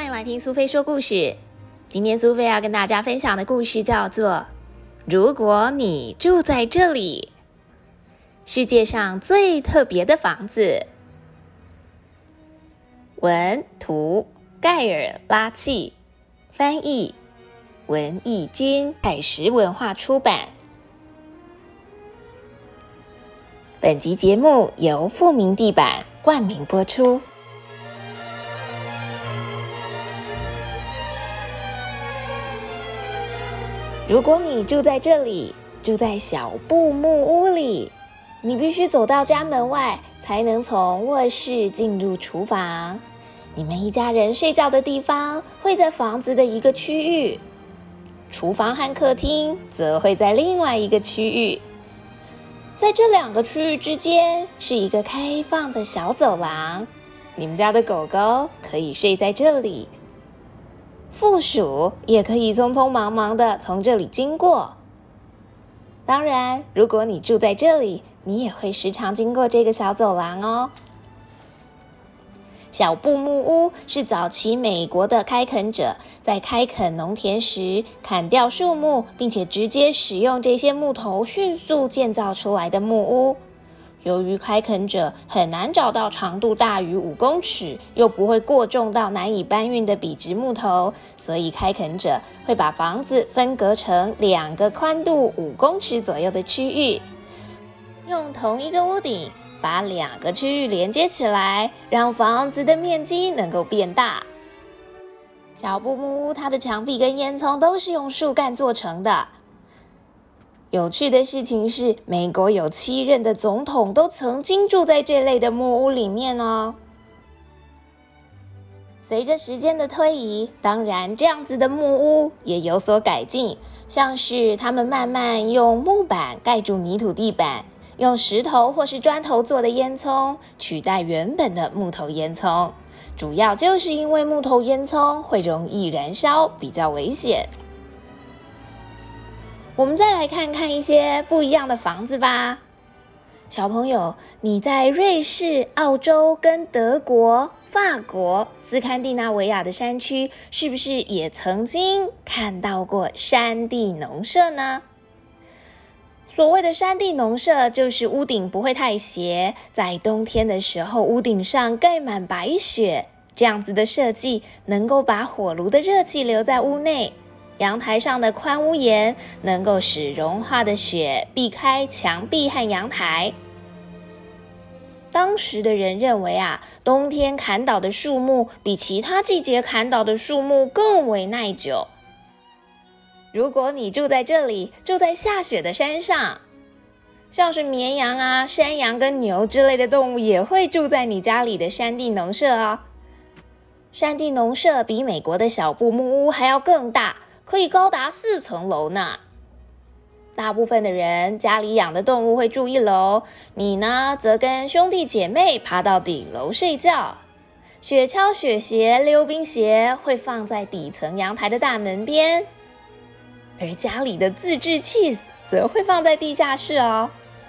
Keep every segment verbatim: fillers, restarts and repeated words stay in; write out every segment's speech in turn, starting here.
欢迎来听苏菲说故事。今天苏菲要跟大家分享的故事叫做如果你住在这里，世界上最特别的房子。文图盖尔拉契，翻译文义君，海石文化出版。本集节目由富明地版冠名播出。如果你住在这里，住在小布木屋里，你必须走到家门外，才能从卧室进入厨房。你们一家人睡觉的地方会在房子的一个区域，厨房和客厅则会在另外一个区域。在这两个区域之间是一个开放的小走廊，你们家的狗狗可以睡在这里，负鼠也可以匆匆忙忙地从这里经过。当然，如果你住在这里，你也会时常经过这个小走廊哦。小布木屋是早期美国的开垦者在开垦农田时砍掉树木，并且直接使用这些木头迅速建造出来的木屋。由于开垦者很难找到长度大于五公尺又不会过重到难以搬运的笔直木头，所以开垦者会把房子分隔成两个宽度五公尺左右的区域，用同一个屋顶把两个区域连接起来，让房子的面积能够变大。小布木屋它的墙壁跟烟囱都是用树干做成的。有趣的事情是，美国有七任的总统都曾经住在这类的木屋里面哦。随着时间的推移，当然这样子的木屋也有所改进，像是他们慢慢用木板盖住泥土地板，用石头或是砖头做的烟囱取代原本的木头烟囱，主要就是因为木头烟囱会容易燃烧，比较危险。我们再来看看一些不一样的房子吧。小朋友，你在瑞士、澳洲跟德国、法国、斯堪的纳维亚的山区，是不是也曾经看到过山地农舍呢？所谓的山地农舍，就是屋顶不会太斜，在冬天的时候屋顶上盖满白雪，这样子的设计能够把火炉的热气留在屋内，阳台上的宽屋檐能够使融化的雪避开墙壁和阳台。当时的人认为啊，冬天砍倒的树木比其他季节砍倒的树木更为耐久。如果你住在这里，住在下雪的山上，像是绵羊啊、山羊跟牛之类的动物也会住在你家里的山地农舍哦。山地农舍比美国的小布木屋还要更大，可以高达四层楼呢。大部分的人家里养的动物会住一楼，你呢则跟兄弟姐妹爬到顶楼睡觉。雪橇、雪鞋、溜冰鞋会放在底层阳台的大门边，而家里的自制 cheese 则会放在地下室哦。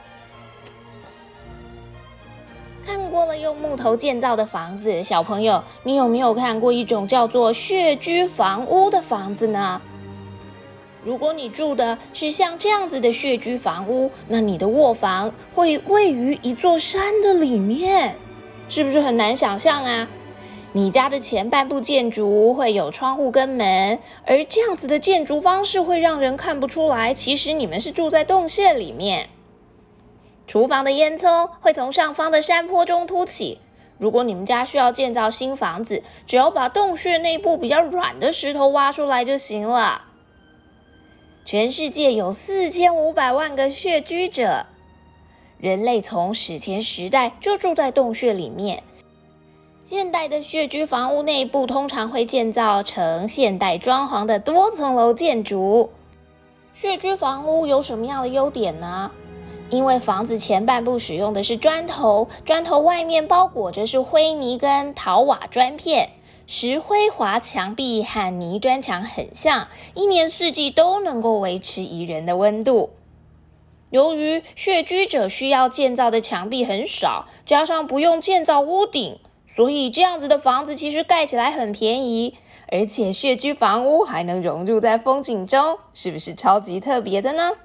看过了用木头建造的房子，小朋友，你有没有看过一种叫做穴居房屋的房子呢？如果你住的是像这样子的穴居房屋，那你的卧房会位于一座山的里面，是不是很难想象啊？你家的前半部建筑会有窗户跟门，而这样子的建筑方式会让人看不出来，其实你们是住在洞穴里面。厨房的烟囱会从上方的山坡中凸起，如果你们家需要建造新房子，只要把洞穴内部比较软的石头挖出来就行了。全世界有四千五百万个穴居者，人类从史前时代就住在洞穴里面。现代的穴居房屋内部通常会建造成现代装潢的多层楼建筑。穴居房屋有什么样的优点呢？因为房子前半部使用的是砖头，砖头外面包裹着是灰泥跟陶瓦砖片，石灰华墙壁和泥砖墙很像，一年四季都能够维持宜人的温度。由于穴居者需要建造的墙壁很少，加上不用建造屋顶， 所以这样子的房子其实盖起来很便宜，而且穴居房屋还能融入在风景中，是不是超级特别的呢？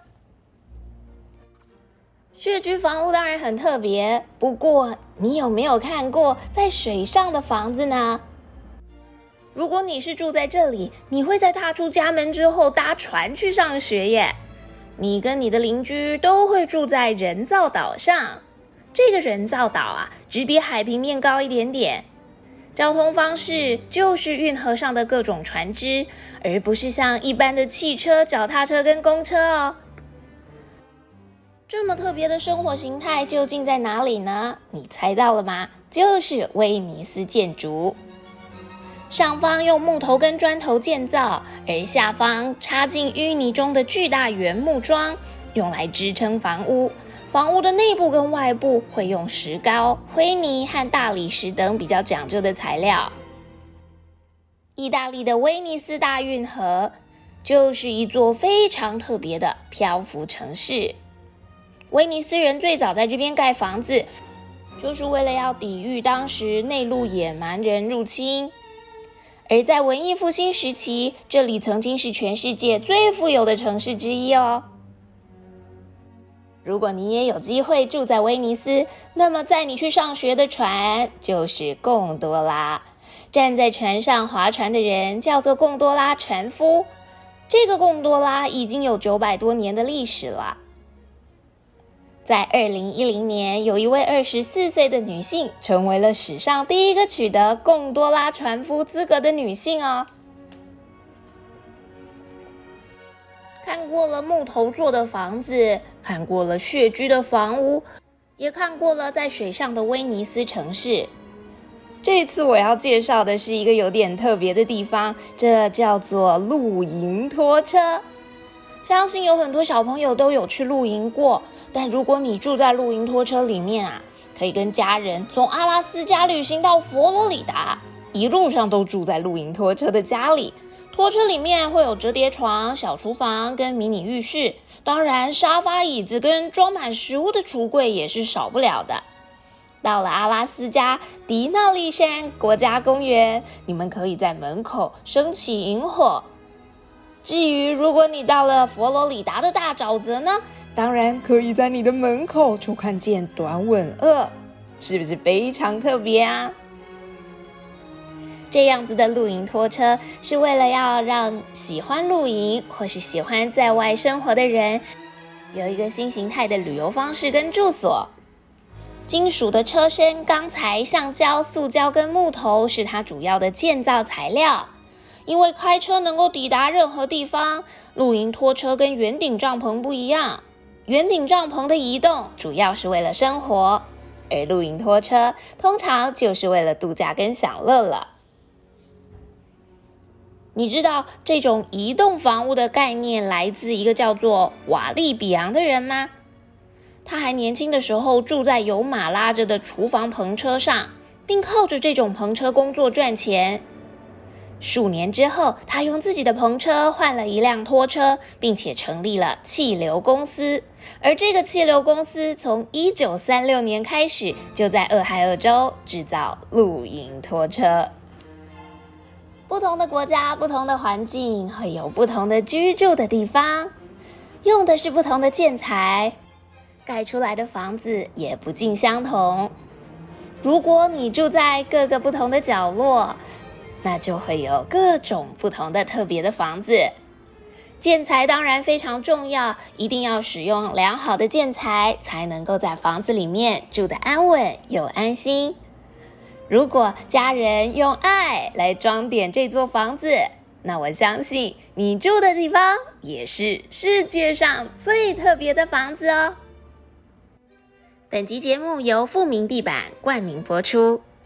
穴居房屋当然很特别，不过你有没有看过在水上的房子呢？如果你是住在这里，你会在踏出家门之后搭船去上学耶。你跟你的邻居都会住在人造岛上，这个人造岛啊，只比海平面高一点点。交通方式就是运河上的各种船只，而不是像一般的汽车、脚踏车跟公车哦。这么特别的生活形态究竟在哪里呢？你猜到了吗？就是威尼斯建筑。上方用木头跟砖头建造，而下方插进淤泥中的巨大圆木桩，用来支撑房屋。房屋的内部跟外部会用石膏、灰泥和大理石等比较讲究的材料。意大利的威尼斯大运河就是一座非常特别的漂浮城市。威尼斯人最早在这边盖房子，就是为了要抵御当时内陆野蛮人入侵。而在文艺复兴时期，这里曾经是全世界最富有的城市之一哦。如果你也有机会住在威尼斯，那么载你去上学的船就是贡多拉。站在船上划船的人叫做贡多拉船夫。这个贡多拉已经有九百多年的历史了。在二零一零年，有一位二十四岁的女性成为了史上第一个取得贡多拉船夫资格的女性哦。看过了木头做的房子，看过了穴居的房屋，也看过了在水上的威尼斯城市。这次我要介绍的是一个有点特别的地方，这叫做露营拖车。相信有很多小朋友都有去露营过，但如果你住在露营拖车里面啊，可以跟家人从阿拉斯加旅行到佛罗里达，一路上都住在露营拖车的家里。拖车里面会有折叠床、小厨房跟迷你浴室，当然沙发、椅子跟装满食物的橱柜也是少不了的。到了阿拉斯加迪纳利山国家公园，你们可以在门口升起萤火。至于如果你到了佛罗里达的大沼泽呢，当然可以在你的门口就看见短吻鳄，是不是非常特别啊？这样子的露营拖车是为了要让喜欢露营或是喜欢在外生活的人有一个新形态的旅游方式跟住所。金属的车身、钢材、橡胶、塑胶跟木头是它主要的建造材料。因为开车能够抵达任何地方，露营拖车跟圆顶帐篷不一样。圆顶帐篷的移动主要是为了生活，而露营拖车通常就是为了度假跟享乐了。你知道这种移动房屋的概念来自一个叫做瓦利比昂的人吗？他还年轻的时候住在有马拉着的厨房篷车上，并靠着这种篷车工作赚钱。数年之后，他用自己的篷车换了一辆拖车，并且成立了气流公司。而这个气流公司从一九三六年开始，就在俄亥俄州制造露营拖车。不同的国家、不同的环境，会有不同的居住的地方，用的是不同的建材，盖出来的房子也不尽相同。如果你住在各个不同的角落，那就会有各种不同的特别的房子。建材当然非常重要，一定要使用良好的建材，才能够在房子里面住得安稳又安心。如果家人用爱来装点这座房子，那我相信你住的地方也是世界上最特别的房子哦。本集节目由富明地板冠名播出。